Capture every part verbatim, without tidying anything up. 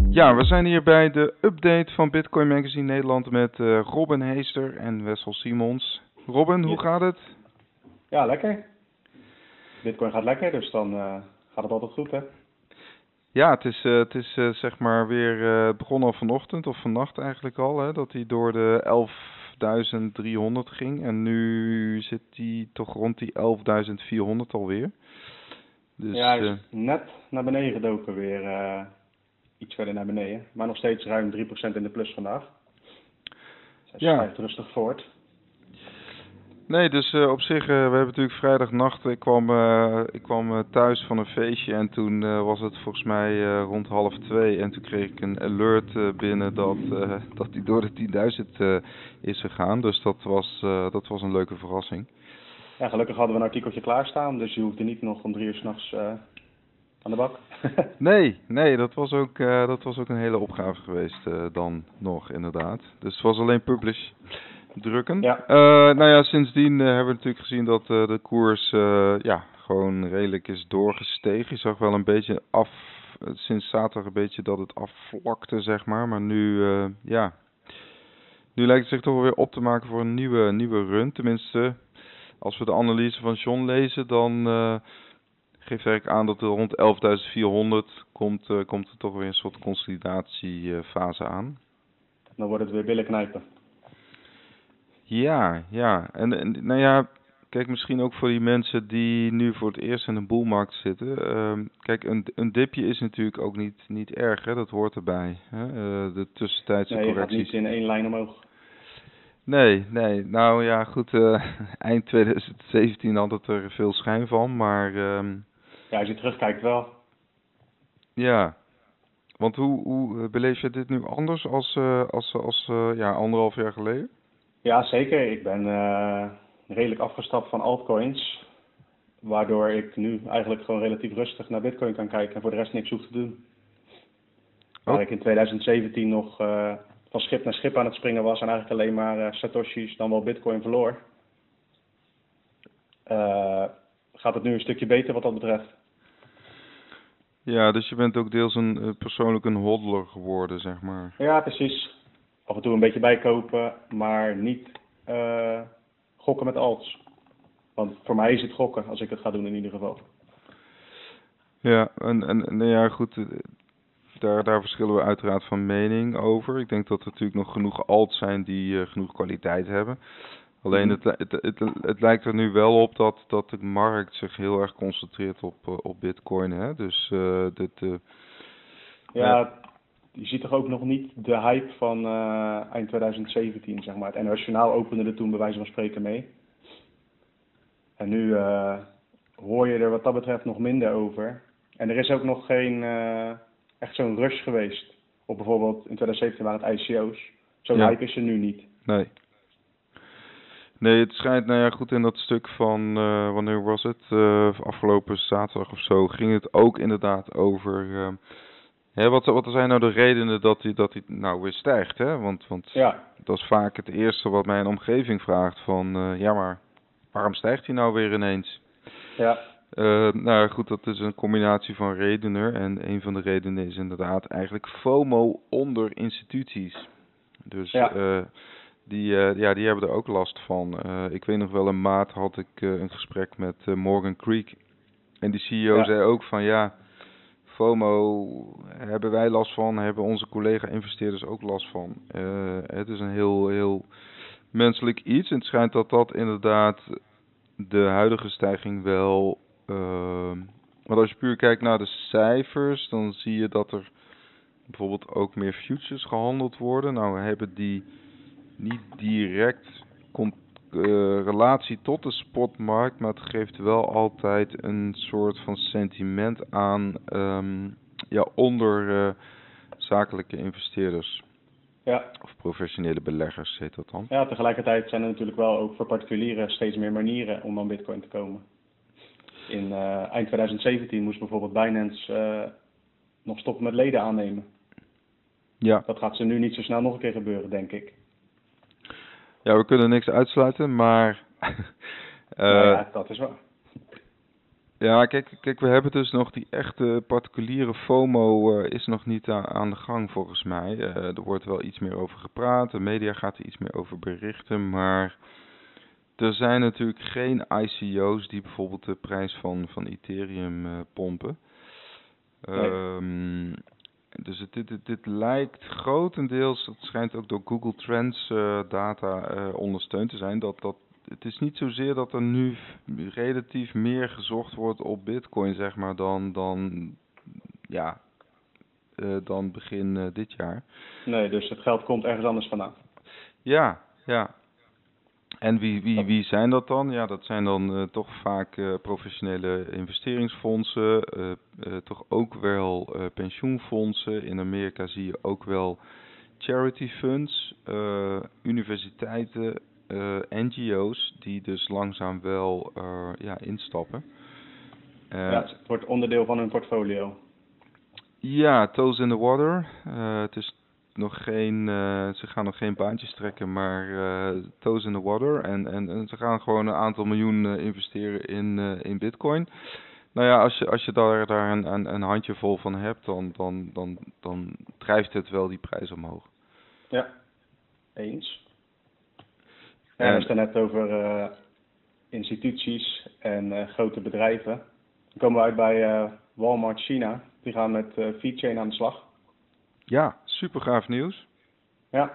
Ja, we zijn hier bij de update van Bitcoin Magazine Nederland met uh, Robin Heester en Wessel Simons. Robin, hoe gaat het? Ja, lekker. Bitcoin gaat lekker, dus dan uh, gaat het altijd goed, hè? Ja, het is, uh, het is uh, zeg maar weer uh, begonnen al vanochtend, of vannacht eigenlijk al, hè, dat hij door de elfduizend driehonderd ging. En nu zit hij toch rond die elfduizend vierhonderd alweer. Dus, ja, hij is uh, net naar beneden gedoken weer, uh, iets verder naar beneden. Maar nog steeds ruim drie procent in de plus vandaag. Dus hij ja. schrijft rustig voort. Nee, dus uh, op zich, uh, we hebben natuurlijk vrijdagnacht, ik kwam, uh, ik kwam uh, thuis van een feestje en toen uh, was het volgens mij uh, rond half twee en toen kreeg ik een alert uh, binnen dat uh, dat die door de tienduizend uh, is gegaan. Dus dat was, uh, dat was een leuke verrassing. Ja, gelukkig hadden we een artikeltje klaarstaan, dus je hoefde niet nog om drie uur 's nachts uh, aan de bak. nee, nee, dat was ook, uh, dat was ook een hele opgave geweest uh, dan nog inderdaad. Dus het was alleen publish. Drukken. Ja. Uh, nou ja, sindsdien uh, hebben we natuurlijk gezien dat uh, de koers uh, ja, gewoon redelijk is doorgestegen. Je zag wel een beetje af, uh, sinds zaterdag een beetje dat het afvlakte, zeg maar. Maar nu, uh, ja, nu lijkt het zich toch wel weer op te maken voor een nieuwe, nieuwe run. Tenminste, als we de analyse van John lezen, dan uh, geeft hij aan dat er rond elfduizend vierhonderd komt, uh, komt er toch weer een soort consolidatiefase aan. Dan wordt het weer billen knijpen. Ja, ja. En, en nou ja, kijk, misschien ook voor die mensen die nu voor het eerst in een boelmarkt zitten. Uh, kijk, een, een dipje is natuurlijk ook niet, niet erg, hè? Dat hoort erbij. Hè? Uh, de tussentijdse nee, je correcties. gaat niet in één lijn omhoog. Nee, nee. Nou ja, goed. Uh, eind twintig zeventien had het er veel schijn van, maar... Uh, ja, als je terugkijkt wel. Ja. Want hoe, hoe beleef je dit nu anders als, uh, als, als uh, ja, anderhalf jaar geleden? Ja, zeker. Ik ben uh, redelijk afgestapt van altcoins. Waardoor ik nu eigenlijk gewoon relatief rustig naar Bitcoin kan kijken en voor de rest niks hoef te doen. Waar oh. ik in twintig zeventien nog uh, van schip naar schip aan het springen was en eigenlijk alleen maar uh, Satoshis, dan wel Bitcoin verloor. Uh, gaat het nu een stukje beter wat dat betreft. Ja, dus je bent ook deels een uh, persoonlijk een hodler geworden, zeg maar. Ja, precies. Af en toe een beetje bijkopen, maar niet uh, gokken met alts. Want voor mij is het gokken, als ik het ga doen in ieder geval. Ja, en, en nou ja, goed, daar, daar verschillen we uiteraard van mening over. Ik denk dat er natuurlijk nog genoeg alts zijn die uh, genoeg kwaliteit hebben. Alleen mm-hmm. het, het, het, het, het lijkt er nu wel op dat, dat de markt zich heel erg concentreert op, uh, op Bitcoin, hè. Dus uh, dit... Uh, ja, uh, je ziet toch ook nog niet de hype van uh, eind twintig zeventien, zeg maar. Het N O S Journaal opende er toen bij wijze van spreken mee. En nu uh, hoor je er wat dat betreft nog minder over. En er is ook nog geen uh, echt zo'n rush geweest. Op bijvoorbeeld in twintig zeventien waren het I C O's. Zo'n ja. hype is er nu niet. Nee. Nee, het schijnt, nou ja, goed, in dat stuk van, uh, wanneer was het? Uh, afgelopen zaterdag of zo, ging het ook inderdaad over... Uh, hè, wat, wat zijn nou de redenen dat hij dat hij nou weer stijgt, hè? Want, want ja. dat is vaak het eerste wat mijn omgeving vraagt van, uh, ja maar... Waarom stijgt hij nou weer ineens? Ja. Uh, nou goed, dat is een combinatie van redenen. En een van de redenen is inderdaad eigenlijk FOMO onder instituties. Dus ja. Uh, die, uh, ja, die hebben er ook last van. Uh, ik weet nog wel, een maand had ik uh, een gesprek met uh, Morgan Creek. En die C E O ja. zei ook van ja, FOMO hebben wij last van, hebben onze collega-investeerders ook last van. Uh, het is een heel, heel... menselijk iets. En het schijnt dat dat inderdaad de huidige stijging wel... Uh, want als je puur kijkt naar de cijfers, dan zie je dat er bijvoorbeeld ook meer futures gehandeld worden. Nou hebben die niet direct con- uh, relatie tot de spotmarkt, maar het geeft wel altijd een soort van sentiment aan um, ja, onder uh, zakelijke investeerders. Ja. Of professionele beleggers heet dat dan. Ja, tegelijkertijd zijn er natuurlijk wel ook voor particulieren steeds meer manieren om aan Bitcoin te komen. In uh, eind twintig zeventien moest bijvoorbeeld Binance uh, nog stoppen met leden aannemen. Ja. Dat gaat ze nu niet zo snel nog een keer gebeuren, denk ik. Ja, we kunnen niks uitsluiten, maar... uh, nou ja, dat is waar. Ja, kijk, kijk, we hebben dus nog die echte particuliere FOMO uh, is nog niet aan, aan de gang volgens mij. Uh, er wordt wel iets meer over gepraat, de media gaat er iets meer over berichten, maar er zijn natuurlijk geen I C O's die bijvoorbeeld de prijs van, van Ethereum uh, pompen. Nee. Um, dus het, dit, dit, dit lijkt grotendeels, het schijnt ook door Google Trends uh, data uh, ondersteund te zijn, dat, dat het is niet zozeer dat er nu relatief meer gezocht wordt op Bitcoin, zeg maar, dan, dan, ja, uh, dan begin uh, dit jaar. Nee, dus het geld komt ergens anders vandaan. Ja, ja. En wie, wie, wie zijn dat dan? Ja, dat zijn dan uh, toch vaak uh, professionele investeringsfondsen, uh, uh, toch ook wel uh, pensioenfondsen. In Amerika zie je ook wel charity funds, uh, universiteiten, uh, N G O's die dus langzaam wel uh, ja, instappen. Uh, ja, het wordt onderdeel van hun portfolio. Ja, toes in the water. Uh, het is nog geen, uh, ze gaan nog geen baantjes trekken, maar uh, toes in the water. En, en, en ze gaan gewoon een aantal miljoen uh, investeren in, uh, in Bitcoin. Nou ja, als je, als je daar, daar een, een, een handjevol van hebt, dan, dan, dan, dan drijft het wel die prijs omhoog. Ja, eens. En we hebben het net over uh, instituties en uh, grote bedrijven. Dan komen we uit bij uh, Walmart China. Die gaan met uh, VeChain aan de slag. Ja, super gaaf nieuws. Ja.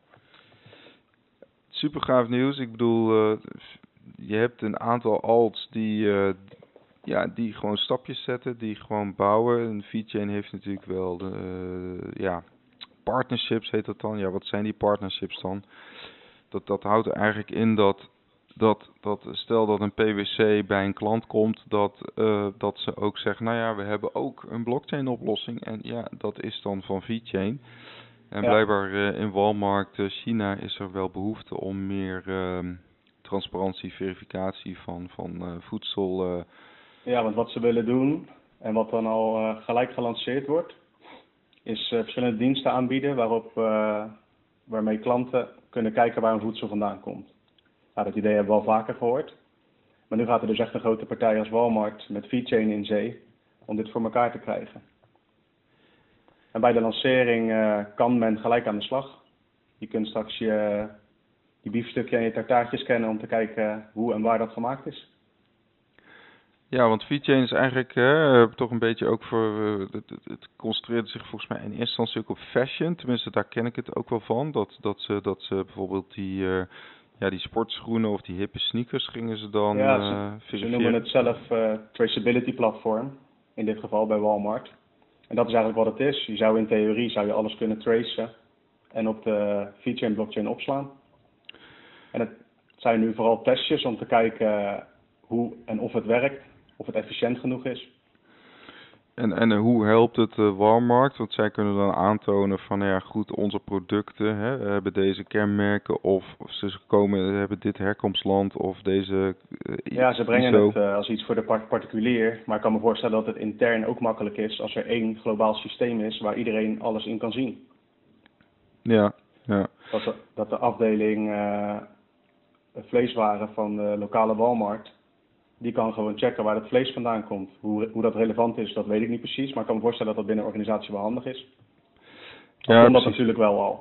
Super gaaf nieuws. Ik bedoel, uh, je hebt een aantal alts die, uh, ja, die gewoon stapjes zetten, die gewoon bouwen. En VeChain heeft natuurlijk wel de, uh, ja, partnerships heet dat dan. Ja, wat zijn die partnerships dan? Dat, dat houdt er eigenlijk in dat, dat, dat stel dat een P W C bij een klant komt, dat, uh, dat ze ook zeggen, nou ja, we hebben ook een blockchain oplossing. En ja, dat is dan van VeChain. En ja. blijkbaar uh, in Walmart uh, China is er wel behoefte om meer uh, transparantie, verificatie van, van uh, voedsel. Uh. Ja, want wat ze willen doen en wat dan al uh, gelijk gelanceerd wordt, is uh, verschillende diensten aanbieden waarop, uh, waarmee klanten kunnen kijken waar hun voedsel vandaan komt. Nou, dat idee hebben we al vaker gehoord. Maar nu gaat er dus echt een grote partij als Walmart met VeChain in zee om dit voor elkaar te krijgen. En bij de lancering uh, kan men gelijk aan de slag. Je kunt straks je, je biefstukje en je tartaartje scannen om te kijken hoe en waar dat gemaakt is. Ja, want VeChain is eigenlijk uh, toch een beetje ook voor, uh, het, het, het concentreert zich volgens mij in eerste instantie ook op fashion. Tenminste, daar ken ik het ook wel van. Dat, dat, ze, dat ze bijvoorbeeld die, uh, ja, die sportschoenen of die hippe sneakers gingen ze dan ja, uh, ze, ze noemen het zelf uh, traceability platform. In dit geval bij Walmart. En dat is eigenlijk wat het is. Je zou in theorie zou je alles kunnen tracen en op de VeChain blockchain opslaan. En het zijn nu vooral testjes om te kijken hoe en of het werkt, of het efficiënt genoeg is. En, en hoe helpt het uh, Walmart? Want zij kunnen dan aantonen van, ja goed, onze producten hè, hebben deze kenmerken of, of ze komen, hebben dit herkomstland of deze uh, Ja, ze brengen I S O. het uh, als iets voor de particulier, maar ik kan me voorstellen dat het intern ook makkelijk is als er één globaal systeem is waar iedereen alles in kan zien. Ja, ja. Dat de, dat de afdeling uh, vleeswaren van de lokale Walmart, die kan gewoon checken waar het vlees vandaan komt. Hoe, hoe dat relevant is, dat weet ik niet precies, maar ik kan me voorstellen dat dat binnen een organisatie wel handig is. Dat Ja, kon dat precies. natuurlijk wel al.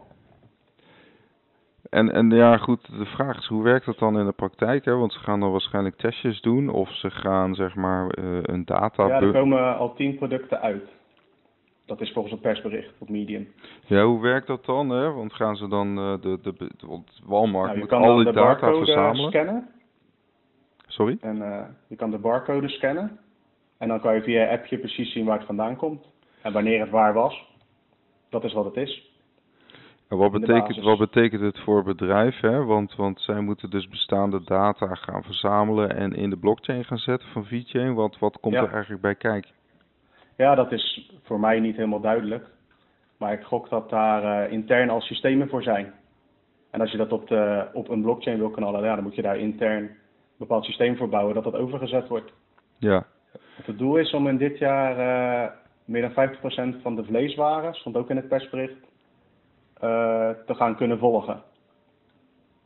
En, en ja, goed, de vraag is, hoe werkt dat dan in de praktijk? Hè? Want ze gaan dan waarschijnlijk testjes doen of ze gaan, zeg maar, uh, een data... Ja, er komen al tien producten uit. Dat is volgens een persbericht op Medium. Ja, hoe werkt dat dan? Hè? Want gaan ze dan, uh, de, de, de, want Walmart Nou, moet al die data verzamelen. Scannen. Sorry? En uh, je kan de barcode scannen. En dan kan je via je appje precies zien waar het vandaan komt. En wanneer het waar was. Dat is wat het is. En wat betekent, wat betekent het voor bedrijf? Hè? Want, want zij moeten dus bestaande data gaan verzamelen en in de blockchain gaan zetten van VeChain. Wat, wat komt ja. er eigenlijk bij kijken? Ja, dat is voor mij niet helemaal duidelijk. Maar ik gok dat daar uh, intern al systemen voor zijn. En als je dat op, de, op een blockchain wil knallen, ja, dan moet je daar intern een bepaald systeem voor bouwen dat dat overgezet wordt. Ja. Het doel is om in dit jaar uh, meer dan vijftig procent van de vleeswaren, stond ook in het persbericht, uh, te gaan kunnen volgen.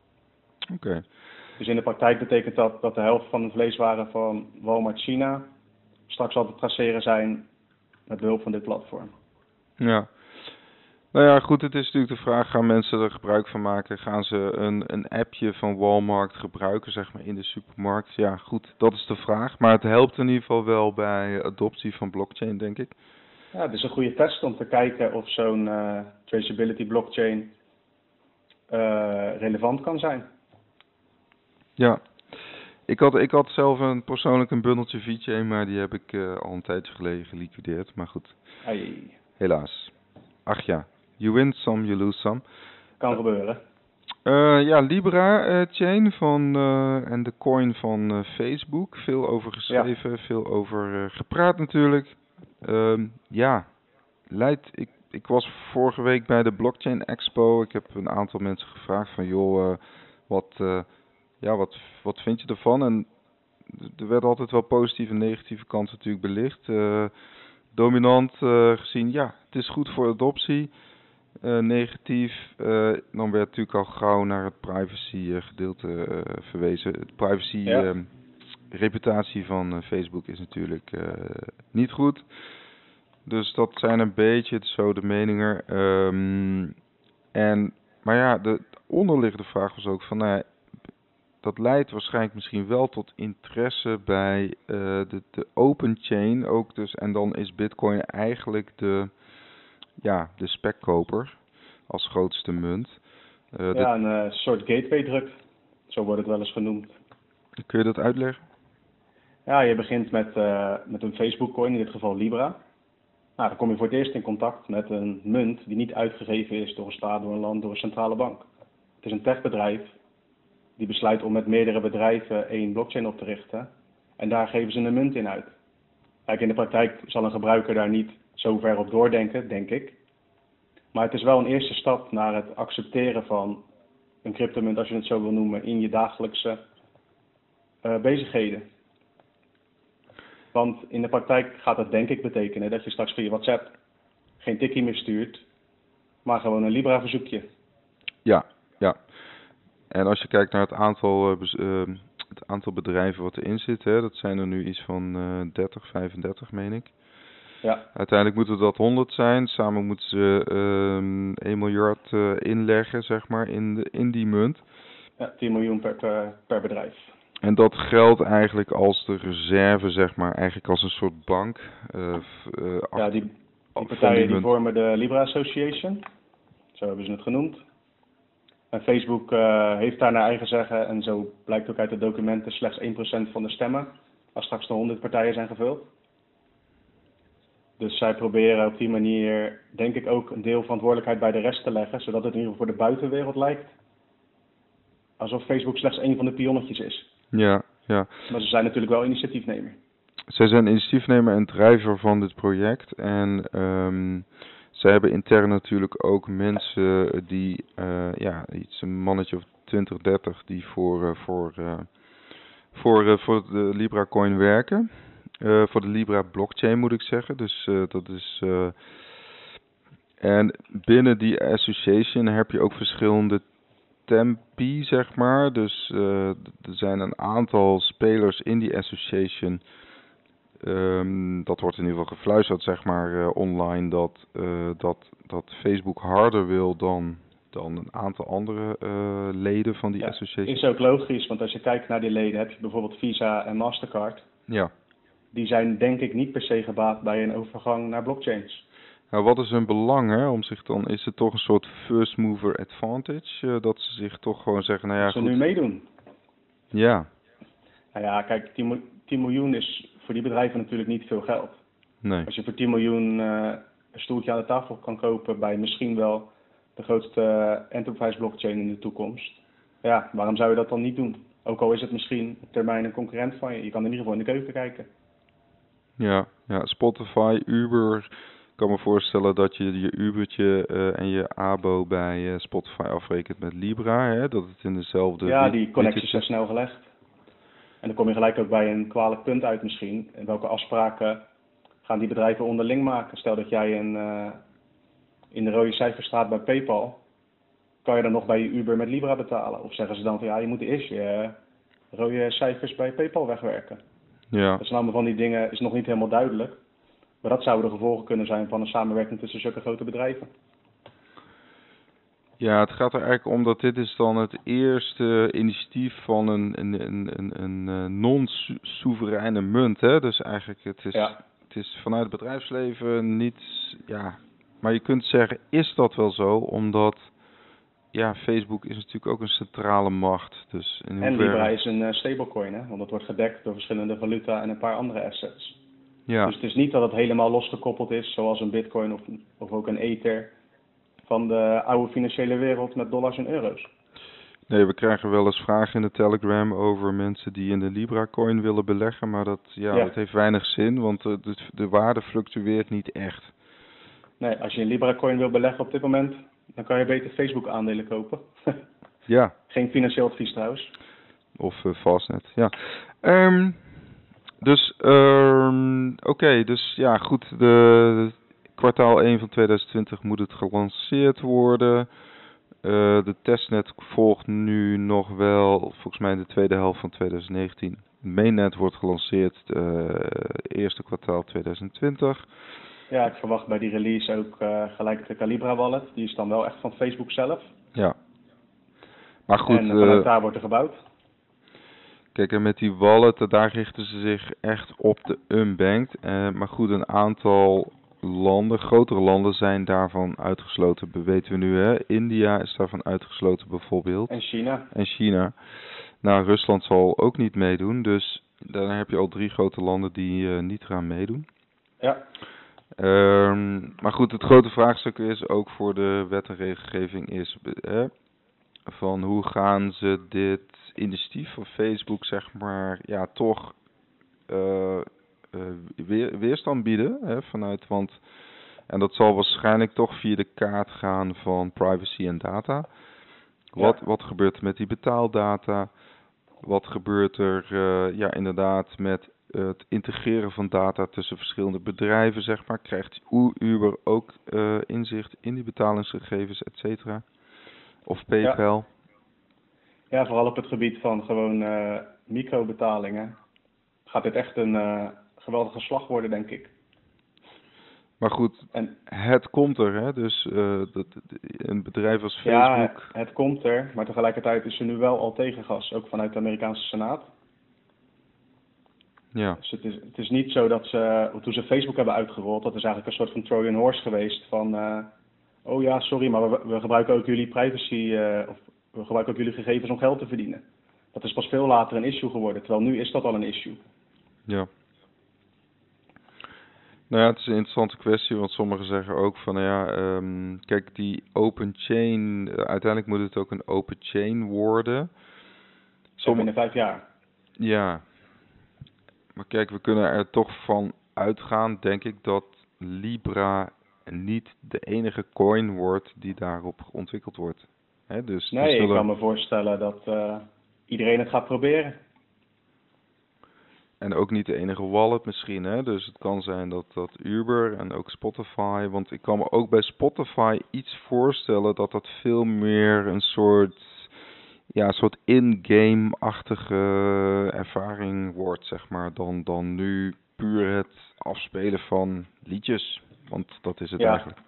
Oké. Okay. Dus in de praktijk betekent dat dat de helft van de vleeswaren van Walmart China straks al te traceren zijn met behulp van dit platform. Ja. Nou ja, goed, het is natuurlijk de vraag, gaan mensen er gebruik van maken? Gaan ze een, een appje van Walmart gebruiken, zeg maar, in de supermarkt? Ja, goed, dat is de vraag. Maar het helpt in ieder geval wel bij adoptie van blockchain, denk ik. Ja, het is een goede test om te kijken of zo'n uh, traceability blockchain uh, relevant kan zijn. Ja, ik had, ik had zelf een, persoonlijk een bundeltje V J, maar die heb ik uh, al een tijdje geleden geliquideerd. Maar goed, Ai. helaas. Ach ja, you win some, you lose some. Kan gebeuren. Uh, ja, Libra uh, chain van, uh, en de coin van uh, Facebook. Veel over geschreven, ja. veel over uh, gepraat natuurlijk. Uh, ja, Leidt, ik, ik was vorige week bij de Blockchain Expo. Ik heb een aantal mensen gevraagd van joh, uh, wat, uh, ja, wat, wat vind je ervan? En er werd altijd wel positieve en negatieve kanten natuurlijk belicht. Uh, dominant uh, gezien, ja, het is goed voor adoptie. Uh, negatief, uh, dan werd natuurlijk al gauw naar het privacy uh, gedeelte uh, verwezen. Het privacy ja. uh, reputatie van uh, Facebook is natuurlijk uh, niet goed. Dus dat zijn een beetje zo de meningen. Um, en, maar ja, de onderliggende vraag was ook van, nou ja, dat leidt waarschijnlijk misschien wel tot interesse bij uh, de, de open chain ook dus. En dan is Bitcoin eigenlijk de, ja, de spekkoper als grootste munt. Uh, ja, de, een uh, soort gateway druk. Zo wordt het wel eens genoemd. Kun je dat uitleggen? Ja, je begint met, uh, met een Facebook coin, in dit geval Libra. Nou, dan kom je voor het eerst in contact met een munt die niet uitgegeven is door een staat, door een land, door een centrale bank. Het is een techbedrijf die besluit om met meerdere bedrijven één blockchain op te richten. En daar geven ze een munt in uit. Kijk, in de praktijk zal een gebruiker daar niet zo ver op doordenken, denk ik. Maar het is wel een eerste stap naar het accepteren van een cryptomunt, als je het zo wil noemen, in je dagelijkse uh, bezigheden. Want in de praktijk gaat dat denk ik betekenen dat je straks via WhatsApp geen tikkie meer stuurt, maar gewoon een Libra verzoekje. Ja, ja. En als je kijkt naar het aantal, uh, uh, het aantal bedrijven wat erin zit, hè, dat zijn er nu iets van uh, dertig, vijfendertig, meen ik. Ja. Uiteindelijk moeten dat honderd zijn. Samen moeten ze uh, één miljard uh, inleggen, zeg maar, in, de, in die munt. Ja, tien miljoen per, per, per bedrijf. En dat geldt eigenlijk als de reserve, zeg maar, eigenlijk als een soort bank. Uh, uh, ja, die, die partijen die, die vormen de Libra Association. Zo hebben ze het genoemd. En Facebook uh, heeft daar naar eigen zeggen, en zo blijkt ook uit de documenten, slechts één procent van de stemmen. Als straks de honderd partijen zijn gevuld. Dus zij proberen op die manier, denk ik, ook een deel verantwoordelijkheid bij de rest te leggen. Zodat het in ieder geval voor de buitenwereld lijkt alsof Facebook slechts één van de pionnetjes is. Ja, ja. Maar ze zijn natuurlijk wel initiatiefnemer. Zij zijn initiatiefnemer en drijver van dit project. En um, zij hebben intern natuurlijk ook mensen die, uh, ja, iets een mannetje of twintig, dertig, die voor, uh, voor, uh, voor, uh, voor de Libra coin werken. Uh, voor de Libra blockchain moet ik zeggen. Dus uh, dat is... Uh, en binnen die association heb je ook verschillende tempi, zeg maar. Dus uh, er zijn een aantal spelers in die association. Um, dat wordt in ieder geval gefluisterd, zeg maar, uh, online. Dat, uh, dat, dat Facebook harder wil dan, dan een aantal andere uh, leden van die ja, association. Is ook logisch, want als je kijkt naar die leden, heb je bijvoorbeeld Visa en Mastercard. Ja. Die zijn denk ik niet per se gebaat bij een overgang naar blockchains. Nou, wat is hun belang, hè? Om zich dan, is het toch een soort first mover advantage? Uh, dat ze zich toch gewoon zeggen, nou ja, dat ze goed. nu meedoen. Ja. Nou ja, kijk, tien miljoen is voor die bedrijven natuurlijk niet veel geld. Nee. Als je voor tien miljoen uh, een stoeltje aan de tafel kan kopen bij misschien wel de grootste uh, enterprise blockchain in de toekomst. Ja, waarom zou je dat dan niet doen? Ook al is het misschien op termijn een concurrent van je. Je kan in ieder geval in de keuken kijken. Ja, ja, Spotify, Uber. Ik kan me voorstellen dat je je Ubertje uh, en je abo bij uh, Spotify afrekent met Libra, hè? Dat het in dezelfde... Ja, die connecties zijn snel gelegd. En dan kom je gelijk ook bij een kwalijk punt uit misschien. En welke afspraken gaan die bedrijven onderling maken? Stel dat jij een, uh, in de rode cijfers staat bij PayPal. Kan je dan nog bij je Uber met Libra betalen? Of zeggen ze dan van ja, je moet eerst je uh, rode cijfers bij PayPal wegwerken? Ja. Dat zijn allemaal van die dingen, is nog niet helemaal duidelijk. Maar dat zouden de gevolgen kunnen zijn van een samenwerking tussen zulke grote bedrijven. Ja, het gaat er eigenlijk om dat dit is dan het eerste initiatief van een, een, een, een, een uh, non-soevereine munt. Hè? Dus eigenlijk, het is, Ja. het is vanuit het bedrijfsleven niet... Ja, maar je kunt zeggen, is dat wel zo? Omdat, ja, Facebook is natuurlijk ook een centrale macht. Dus in En hoeverre... Libra is een uh, stablecoin, hè? Want dat wordt gedekt door verschillende valuta en een paar andere assets. Ja. Dus het is niet dat het helemaal losgekoppeld is, zoals een bitcoin of, of ook een ether, van de oude financiële wereld met dollars en euro's. Nee, we krijgen wel eens vragen in de Telegram over mensen die in de Libra-coin willen beleggen, maar dat, ja, Ja. dat heeft weinig zin, want de, de, de waarde fluctueert niet echt. Nee, als je een Libra-coin wil beleggen op dit moment, dan kan je beter Facebook-aandelen kopen. Ja. Geen financieel advies trouwens. Of uh, Fastnet, ja. Um, dus, um, oké, okay, dus ja, goed, de kwartaal één van tweeduizend twintig moet het gelanceerd worden. Uh, de testnet volgt nu nog wel, volgens mij in de tweede helft van tweeduizend negentien. Het mainnet wordt gelanceerd uh, eerste kwartaal tweeduizend twintig. Ja, ik verwacht bij die release ook uh, gelijk de Calibra wallet. Die is dan wel echt van Facebook zelf. Ja. Maar goed. En uh, vanuit uh, daar wordt er gebouwd. Kijk, en met die wallet, daar richten ze zich echt op de unbanked. Uh, maar goed, een aantal landen, grotere landen zijn daarvan uitgesloten. Dat weten we nu, hè. India is daarvan uitgesloten bijvoorbeeld. En China. En China. Nou, Rusland zal ook niet meedoen. Dus dan heb je al drie grote landen die uh, niet gaan meedoen. Ja. Um, maar goed, het grote vraagstuk is ook voor de wet en regelgeving is... Uh, van hoe gaan ze dit initiatief van Facebook, zeg maar, ja, toch uh, uh, weer, weerstand bieden, hè, vanuit, want, en dat zal waarschijnlijk toch via de kaart gaan van privacy en data. Wat, Ja. wat gebeurt er met die betaaldata? Wat gebeurt er, uh, ja, inderdaad met het integreren van data tussen verschillende bedrijven, zeg maar. Krijgt Uber ook uh, inzicht in die betalingsgegevens, et cetera? Of PayPal. Ja. ja, vooral op het gebied van gewoon uh, microbetalingen gaat dit echt een uh, geweldige slag worden, denk ik. Maar goed, en, het komt er, hè? Dus uh, dat, een bedrijf als Facebook... Ja, het komt er, maar tegelijkertijd is er nu wel al tegengas, ook vanuit de Amerikaanse Senaat. Ja. Dus het is, het is niet zo dat ze, toen ze Facebook hebben uitgerold, dat is eigenlijk een soort van Trojan horse geweest van... Uh, oh ja, sorry, maar we, we gebruiken ook jullie privacy, uh, of we gebruiken ook jullie gegevens om geld te verdienen. Dat is pas veel later een issue geworden, terwijl nu is dat al een issue. Ja. Nou ja, het is een interessante kwestie, want sommigen zeggen ook van, ja, um, kijk, die open chain, uh, uiteindelijk moet het ook een open chain worden. Somm- binnen vijf jaar. Ja. Maar kijk, we kunnen er toch van uitgaan, denk ik, dat Libra niet de enige coin wordt die daarop ontwikkeld wordt. Hè, dus nee, zullen... ik kan me voorstellen dat uh, iedereen het gaat proberen. En ook niet de enige wallet misschien, hè. Dus het kan zijn dat, dat Uber en ook Spotify... Want ik kan me ook bij Spotify iets voorstellen dat dat veel meer een soort... Ja, een soort in-game-achtige ervaring wordt, zeg maar. Dan, dan nu puur het afspelen van liedjes. Want dat is het ja. eigenlijk.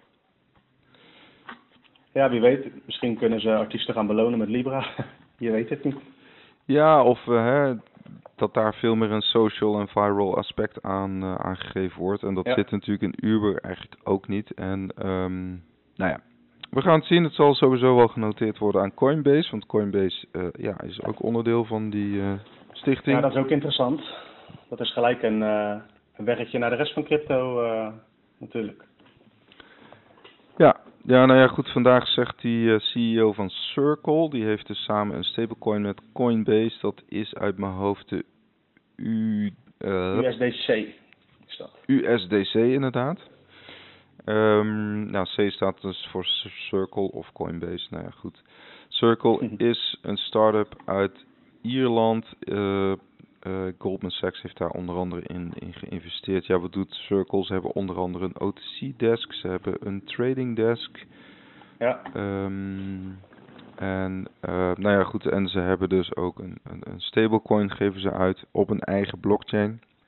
Ja, wie weet. Misschien kunnen ze artiesten gaan belonen met Libra. Je weet het niet. Ja, of uh, hè, dat daar veel meer een social en viral aspect aan uh, aangegeven wordt. En dat ja. zit natuurlijk in Uber eigenlijk ook niet. En um, nou ja, we gaan het zien. Het zal sowieso wel genoteerd worden aan Coinbase. Want Coinbase uh, ja, is ook onderdeel van die uh, stichting. Ja, dat is ook interessant. Dat is gelijk een, uh, een weggetje naar de rest van crypto uh, natuurlijk. Ja, ja, nou ja, goed. Vandaag zegt die uh, C E O van Circle, die heeft dus samen een stablecoin met Coinbase. Dat is uit mijn hoofd de U, uh, U S D C is dat. U S D C inderdaad. Um, nou, C staat dus voor Circle of Coinbase. Nou ja, goed. Circle is een start-up uit Ierland. Uh, uh, Goldman Sachs heeft daar onder andere in, in geïnvesteerd. Ja, wat doet Circle? Ze hebben onder andere een O T C desk. Ze hebben een trading desk. Ja. Um, en, uh, nou ja, goed. En ze hebben dus ook een, een, een stablecoin geven ze uit op een eigen blockchain.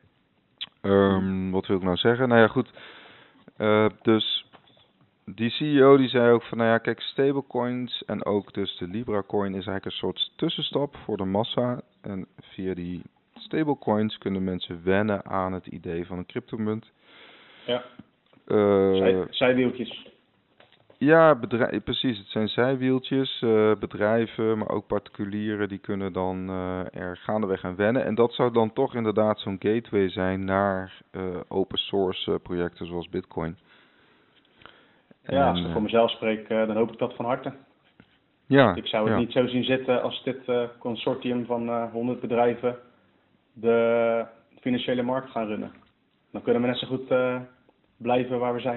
Um, wat wil ik nou zeggen? Nou ja, goed. Uh, dus die C E O die zei ook van, nou ja, kijk, stablecoins en ook dus de Libra coin is eigenlijk een soort tussenstap voor de massa. En via die stablecoins kunnen mensen wennen aan het idee van een cryptomunt. Ja. Uh, Zij, zijwieltjes. Ja, bedrijf, precies. Het zijn zijwieltjes. Uh, bedrijven, maar ook particulieren, die kunnen dan uh, er gaandeweg aan wennen. En dat zou dan toch inderdaad zo'n gateway zijn naar uh, open source uh, projecten zoals Bitcoin. Ja, en, als ik voor mezelf spreek, uh, dan hoop ik dat van harte. Ja, ik zou het ja. niet zo zien zitten als dit uh, consortium van uh, honderd bedrijven de financiële markt gaan runnen. Dan kunnen we net zo goed uh, blijven waar we zijn.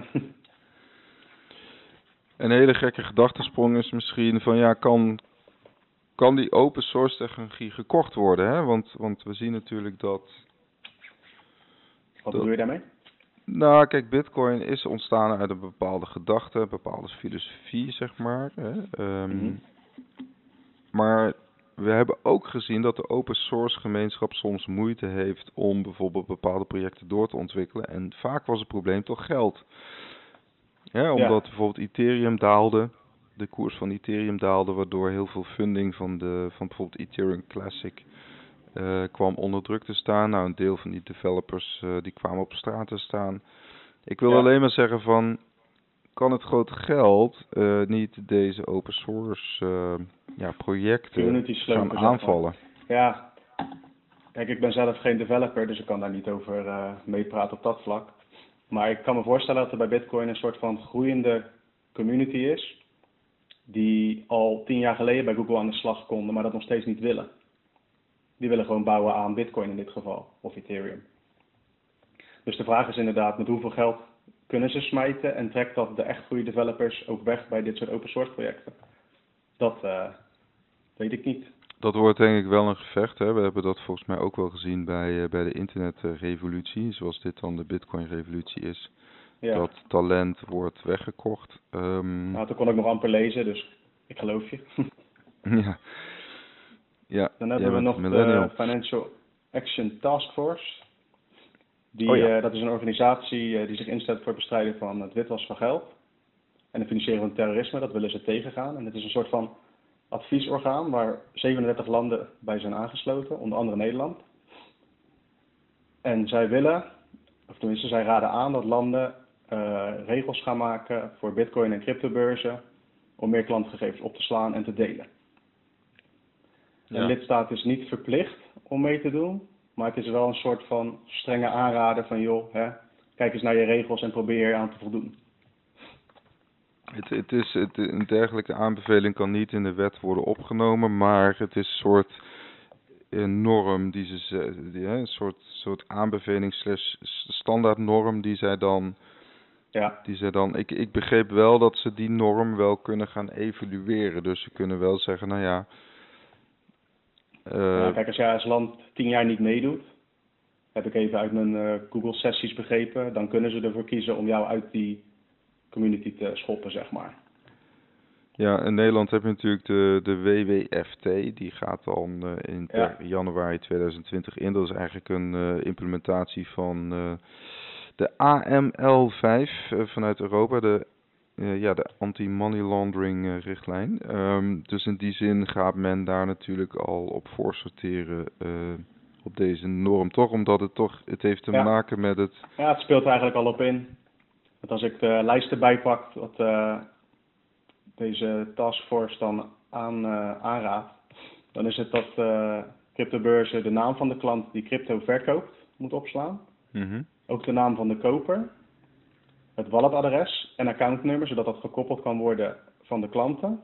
Een hele gekke gedachtesprong is misschien van ja, kan, kan die open source technologie gekocht worden? Hè? Want, want we zien natuurlijk dat... Wat dat, bedoel je daarmee? Nou, kijk, Bitcoin is ontstaan uit een bepaalde gedachte, een bepaalde filosofie, zeg maar. Hè? Um, mm-hmm. Maar we hebben ook gezien dat de open source gemeenschap soms moeite heeft om bijvoorbeeld bepaalde projecten door te ontwikkelen. En vaak was het probleem toch geld. Ja, omdat ja. bijvoorbeeld Ethereum daalde, de koers van Ethereum daalde, waardoor heel veel funding van, de, van bijvoorbeeld Ethereum Classic uh, kwam onder druk te staan. Nou, een deel van die developers uh, die kwamen op straat te staan. Ik wil ja. alleen maar zeggen van, kan het grote geld uh, niet deze open source uh, ja, projecten gaan aanvallen? Ja, kijk, ik ben zelf geen developer, dus ik kan daar niet over uh, meepraten op dat vlak. Maar ik kan me voorstellen dat er bij Bitcoin een soort van groeiende community is, die al tien jaar geleden bij Google aan de slag konden, maar dat nog steeds niet willen. Die willen gewoon bouwen aan Bitcoin in dit geval, of Ethereum. Dus de vraag is inderdaad, met hoeveel geld kunnen ze smijten en trekt dat de echt goede developers ook weg bij dit soort open source projecten? Dat uh, weet ik niet. Dat wordt denk ik wel een gevecht. Hè. We hebben dat volgens mij ook wel gezien bij, uh, bij de internetrevolutie, zoals dit dan de Bitcoin-revolutie is. Ja. Dat talent wordt weggekocht. Um... Nou, toen kon ik nog amper lezen, dus ik geloof je. ja. ja. Dan hebben we nog de Financial Action Task Force. Die, oh ja. uh, dat is een organisatie uh, die zich inzet voor het bestrijden van het witwassen van geld en de financiering van terrorisme. Dat willen ze tegengaan. En het is een soort van adviesorgaan waar zevenendertig landen bij zijn aangesloten, onder andere Nederland. En zij willen, of tenminste zij raden aan dat landen uh, regels gaan maken voor bitcoin en cryptobeurzen om meer klantgegevens op te slaan en te delen. Ja. Een lidstaat is niet verplicht om mee te doen, maar het is wel een soort van strenge aanrader van joh, hè, kijk eens naar je regels en probeer je aan te voldoen. Het, het is, het, een dergelijke aanbeveling kan niet in de wet worden opgenomen, maar het is een soort een norm die ze, die, hè, een soort, soort aanbeveling slash standaardnorm die zij dan, ja. die zij dan, ik, ik begreep wel dat ze die norm wel kunnen gaan evalueren, dus ze kunnen wel zeggen, nou ja. Uh, ja kijk, als jij als land tien jaar niet meedoet, heb ik even uit mijn uh, Google sessies begrepen, dan kunnen ze ervoor kiezen om jou uit die community te schoppen, zeg maar. Ja, in Nederland heb je natuurlijk de, de W W F T, die gaat dan uh, in ja. januari tweeduizend twintig in. Dat is eigenlijk een uh, implementatie van uh, de A M L vijf uh, vanuit Europa, de, uh, ja, de anti-money laundering uh, richtlijn. Um, dus in die zin gaat men daar natuurlijk al op voorsorteren uh, op deze norm, toch? Omdat het toch, het heeft te ja. maken met het... Ja, het speelt er eigenlijk al op in. Want als ik de lijst erbij pak, wat uh, deze taskforce dan aan, uh, aanraadt, dan is het dat uh, cryptobeurzen de naam van de klant die crypto verkoopt moet opslaan. Mm-hmm. Ook de naam van de koper, het walletadres en accountnummer, zodat dat gekoppeld kan worden van de klanten.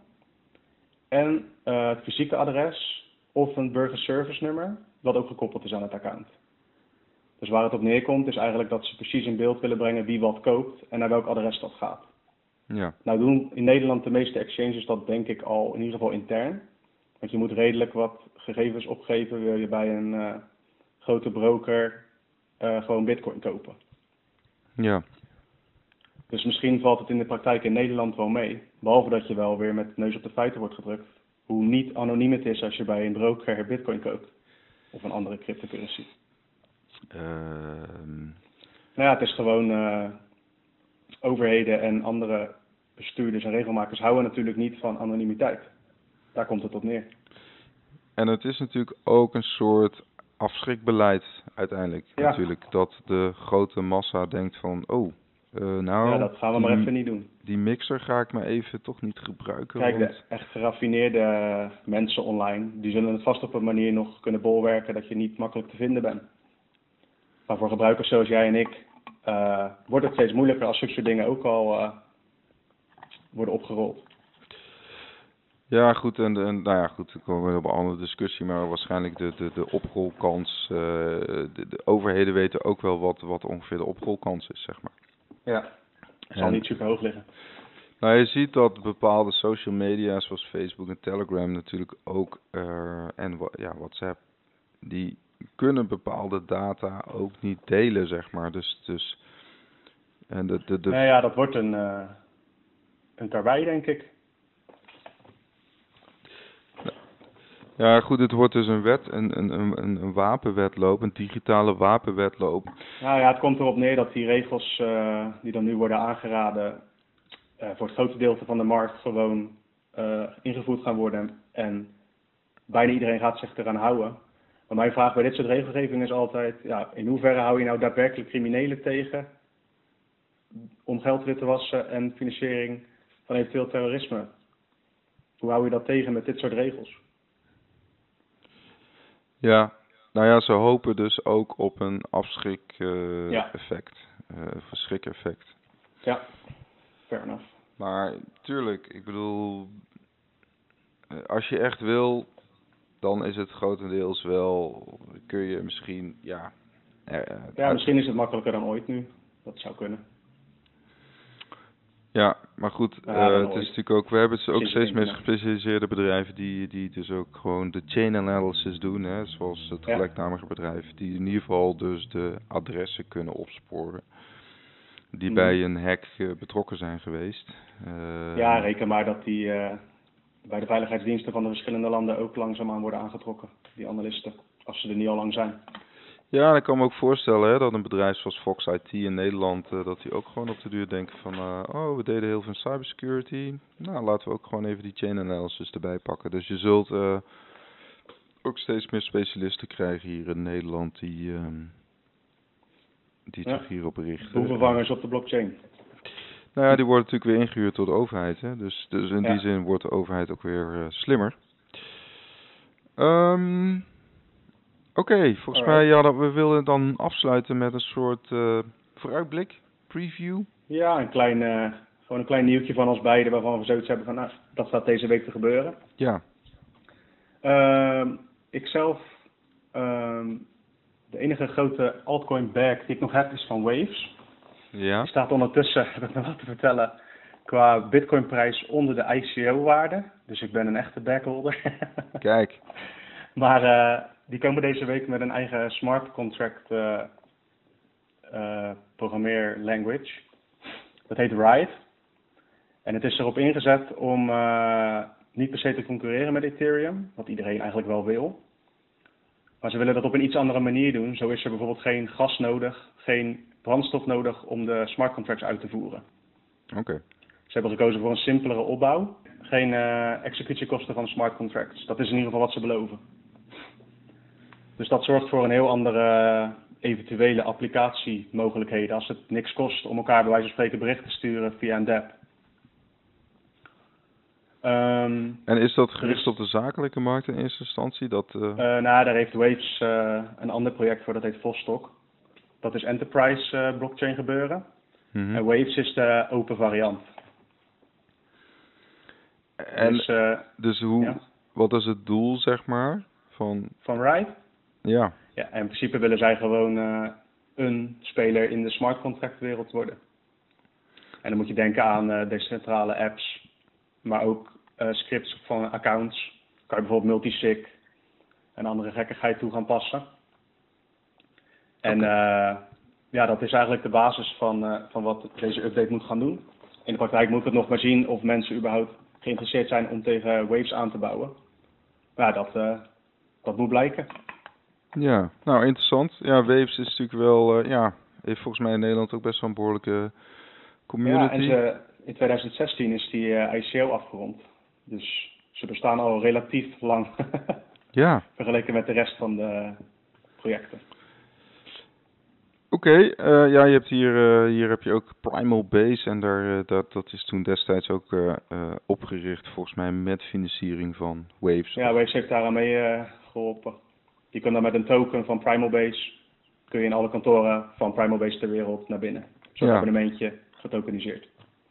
En uh, het fysieke adres of een burgerservice nummer, dat ook gekoppeld is aan het account. Dus waar het op neerkomt is eigenlijk dat ze precies in beeld willen brengen wie wat koopt en naar welk adres dat gaat. Ja. Nou doen in Nederland de meeste exchanges dat denk ik al in ieder geval intern. Want je moet redelijk wat gegevens opgeven, wil je bij een uh, grote broker uh, gewoon bitcoin kopen. Ja. Dus misschien valt het in de praktijk in Nederland wel mee. Behalve dat je wel weer met neus op de feiten wordt gedrukt. Hoe niet anoniem het is als je bij een broker bitcoin koopt. Of een andere cryptocurrency. Ehm Nou ja, het is gewoon uh, overheden en andere bestuurders en regelmakers houden natuurlijk niet van anonimiteit. Daar komt het op neer. En het is natuurlijk ook een soort afschrikbeleid uiteindelijk. Ja. Natuurlijk dat de grote massa denkt van, oh, uh, nou, ja, dat gaan we die, maar even niet doen. Die mixer ga ik maar even toch niet gebruiken. Kijk, want... de echt geraffineerde mensen online, die zullen het vast op een manier nog kunnen bolwerken dat je niet makkelijk te vinden bent. Maar voor gebruikers zoals jij en ik, uh, wordt het steeds moeilijker als zulke soort dingen ook al uh, worden opgerold. Ja, goed, en, en nou ja, goed, dan komen we op een andere discussie, maar waarschijnlijk de, de, de oprolkans, uh, de, de overheden weten ook wel wat, wat ongeveer de oprolkans is, zeg maar. Ja, het zal en, niet super hoog liggen. Nou, je ziet dat bepaalde social media, zoals Facebook en Telegram natuurlijk ook, uh, en ja, WhatsApp, die kunnen bepaalde data ook niet delen, zeg maar. Dus, dus en de, de, de... Nou ja, dat wordt een, uh, een karwei, denk ik. Ja, goed, het wordt dus een wet, een, een, een, een wapenwetloop, een digitale wapenwetloop. Nou ja, het komt erop neer dat die regels uh, die dan nu worden aangeraden, uh, voor het grote deel van de markt gewoon uh, ingevoerd gaan worden. En bijna iedereen gaat zich eraan houden. Maar mijn vraag bij dit soort regelgeving is altijd, ja, in hoeverre hou je nou daadwerkelijk criminelen tegen om geld wit te wassen en financiering van eventueel terrorisme? Hoe hou je dat tegen met dit soort regels? Ja, nou ja, ze hopen dus ook op een afschrik uh, ja. effect, uh, verschrik effect. Ja, fair enough. Maar tuurlijk, ik bedoel, als je echt wil, dan is het grotendeels wel, kun je misschien, ja... Uh, ja, misschien is het makkelijker dan ooit nu, dat zou kunnen. Ja, maar goed, ja, uh, het is natuurlijk ook, we hebben ook steeds meer gespecialiseerde bedrijven die, die dus ook gewoon de chain analysis doen, hè, zoals het ja. gelijknamige bedrijf, die in ieder geval dus de adressen kunnen opsporen, die hmm. bij een hack uh, betrokken zijn geweest. Uh, ja, reken maar dat die uh, bij de veiligheidsdiensten van de verschillende landen ook langzaamaan worden aangetrokken, die analisten, als ze er niet al lang zijn. Ja, ik kan me ook voorstellen hè, dat een bedrijf zoals Fox I T in Nederland, uh, dat die ook gewoon op de duur denken van, uh, oh, we deden heel veel cybersecurity. Nou, laten we ook gewoon even die chain analysis erbij pakken. Dus je zult uh, ook steeds meer specialisten krijgen hier in Nederland die, uh, die ja. zich hierop richten. Boevenvangers op de blockchain. Nou ja, die worden natuurlijk weer ingehuurd door de overheid. Hè? Dus, dus in ja. die zin wordt de overheid ook weer uh, slimmer. Um, Oké, okay, volgens Alright. mij ja, dat we willen dan afsluiten met een soort uh, vooruitblik, preview. Ja, een klein, uh, gewoon een klein nieuwtje van ons beiden waarvan we zoiets hebben van, nou, dat staat deze week te gebeuren. Ja. Uh, ik zelf, uh, de enige grote altcoin bag die ik nog heb is van Waves. Ja. Die staat ondertussen, heb ik nog wat te vertellen, qua bitcoinprijs onder de I C O-waarde. Dus ik ben een echte bagholder. Kijk. Maar uh, die komen deze week met een eigen smart contract uh, uh, programmeer language. Dat heet Ride. En het is erop ingezet om uh, niet per se te concurreren met Ethereum, wat iedereen eigenlijk wel wil. Maar ze willen dat op een iets andere manier doen. Zo is er bijvoorbeeld geen gas nodig, geen brandstof nodig om de smart contracts uit te voeren. Oké. Okay. Ze hebben gekozen voor een simpelere opbouw. Geen uh, executiekosten van smart contracts. Dat is in ieder geval wat ze beloven. Dus dat zorgt voor een heel andere eventuele applicatiemogelijkheden als het niks kost om elkaar bij wijze van spreken bericht te sturen via een dApp. Um, en is dat gericht dus, op de zakelijke markt in eerste instantie? Dat, uh... Uh, nou, daar heeft Waves uh, een ander project voor, dat heet Vostok. Dat is enterprise uh, blockchain gebeuren. Mm-hmm. En Waves is de open variant. En dus, uh, dus hoe, ja? Wat is het doel, zeg maar? Van, van Ride? Ja. Ja, in principe willen zij gewoon uh, een speler in de smart contract wereld worden. En dan moet je denken aan uh, decentrale apps, maar ook uh, scripts van accounts. Kan je bijvoorbeeld multisig en andere gekkigheid toe gaan passen. En okay. uh, ja, dat is eigenlijk de basis van, uh, van wat deze update moet gaan doen. In de praktijk moet het nog maar zien of mensen überhaupt geïnteresseerd zijn om tegen Waves aan te bouwen. Maar ja, dat, uh, dat moet blijken. Ja, nou interessant. Ja, Waves is natuurlijk wel, uh, ja, heeft volgens mij in Nederland ook best wel een behoorlijke community. Ja, en ze, in twintig zestien is die uh, I C O afgerond. Dus ze bestaan al relatief lang. Ja. Vergeleken met de rest van de projecten. Oké, okay, uh, ja, je hebt hier, uh, hier heb je ook Primal Base en daar, uh, dat, dat is toen destijds ook uh, uh, opgericht volgens mij met financiering van Waves. Ja, Waves heeft daar aan mee uh, geholpen. Je kunt dan met een token van Primal Base, kun je in alle kantoren van Primal Base ter wereld naar binnen. Zo'n ja. abonnementje getokeniseerd.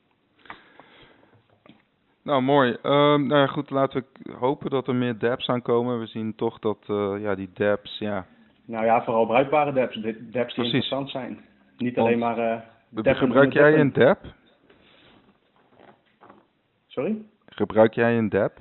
Nou, mooi. Um, nou ja, goed, laten we hopen dat er meer dApps aankomen. We zien toch dat uh, ja, die dApps, ja... Nou ja, vooral bruikbare dApps. dApps die Precies. interessant zijn. Niet alleen maar... Uh, gebruik jij een dApp? Sorry? Gebruik jij een dApp?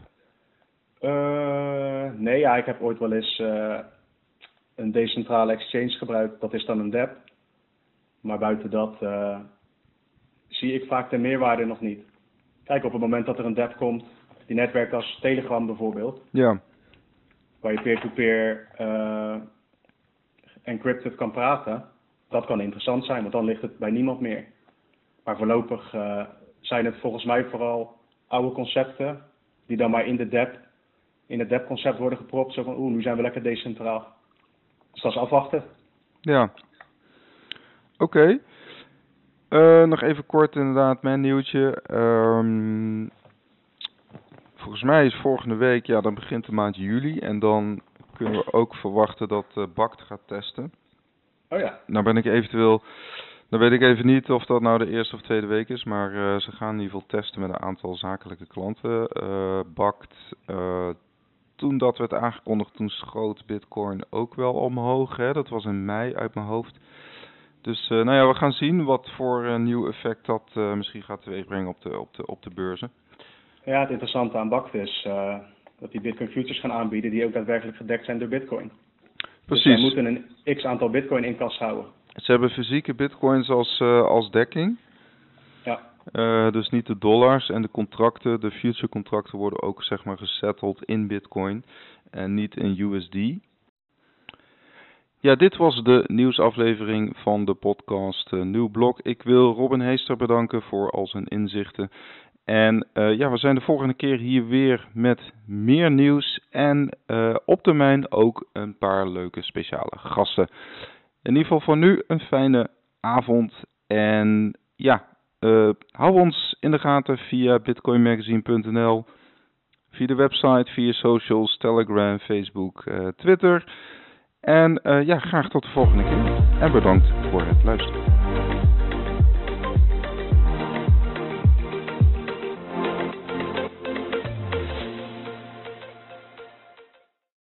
Uh, nee, ja, ik heb ooit wel eens uh, een decentrale exchange gebruikt. Dat is dan een dApp. Maar buiten dat uh, zie ik vaak de meerwaarde nog niet. Kijk, op het moment dat er een dApp komt, die net werkt als Telegram bijvoorbeeld. Ja. Waar je peer-to-peer uh, encrypted kan praten. Dat kan interessant zijn, want dan ligt het bij niemand meer. Maar voorlopig uh, zijn het volgens mij vooral oude concepten die dan maar in de dApp, in het dApp-concept worden gepropt. Zo van, oeh, nu zijn we lekker decentraal. Dus dat is afwachten. Ja. Oké. Okay. Uh, nog even kort inderdaad mijn nieuwtje. Um, volgens mij is volgende week, ja, dan begint de maand juli. En dan kunnen we ook verwachten dat uh, Bakt gaat testen. Oh ja. Nou ben ik eventueel, dan weet ik even niet of dat nou de eerste of tweede week is. Maar uh, ze gaan in ieder geval testen met een aantal zakelijke klanten. Uh, Bakt, uh, toen dat werd aangekondigd, toen schoot Bitcoin ook wel omhoog. Hè? Dat was in mei uit mijn hoofd. Dus uh, nou ja, we gaan zien wat voor uh, nieuw effect dat uh, misschien gaat teweegbrengen op de, op, de, op de beurzen. Ja, het interessante aan Bakt is uh, dat die Bitcoin futures gaan aanbieden die ook daadwerkelijk gedekt zijn door Bitcoin. Precies. Dus zij moeten een x-aantal Bitcoin in kas houden. Ze hebben fysieke Bitcoins als, uh, als dekking. Ja. Uh, dus niet de dollars en de contracten, de future contracten worden ook zeg maar gesetteld in Bitcoin en niet in U S D. Ja, dit was de nieuwsaflevering van de podcast uh, Nieuw Blok. Ik wil Robin Heester bedanken voor al zijn inzichten. En uh, ja, we zijn de volgende keer hier weer met meer nieuws en uh, op termijn ook een paar leuke speciale gasten. In ieder geval voor nu een fijne avond en ja, uh, hou ons in de gaten via bitcoin magazine punt n l, via de website, via socials, Telegram, Facebook, uh, Twitter. En uh, ja, graag tot de volgende keer en bedankt voor het luisteren.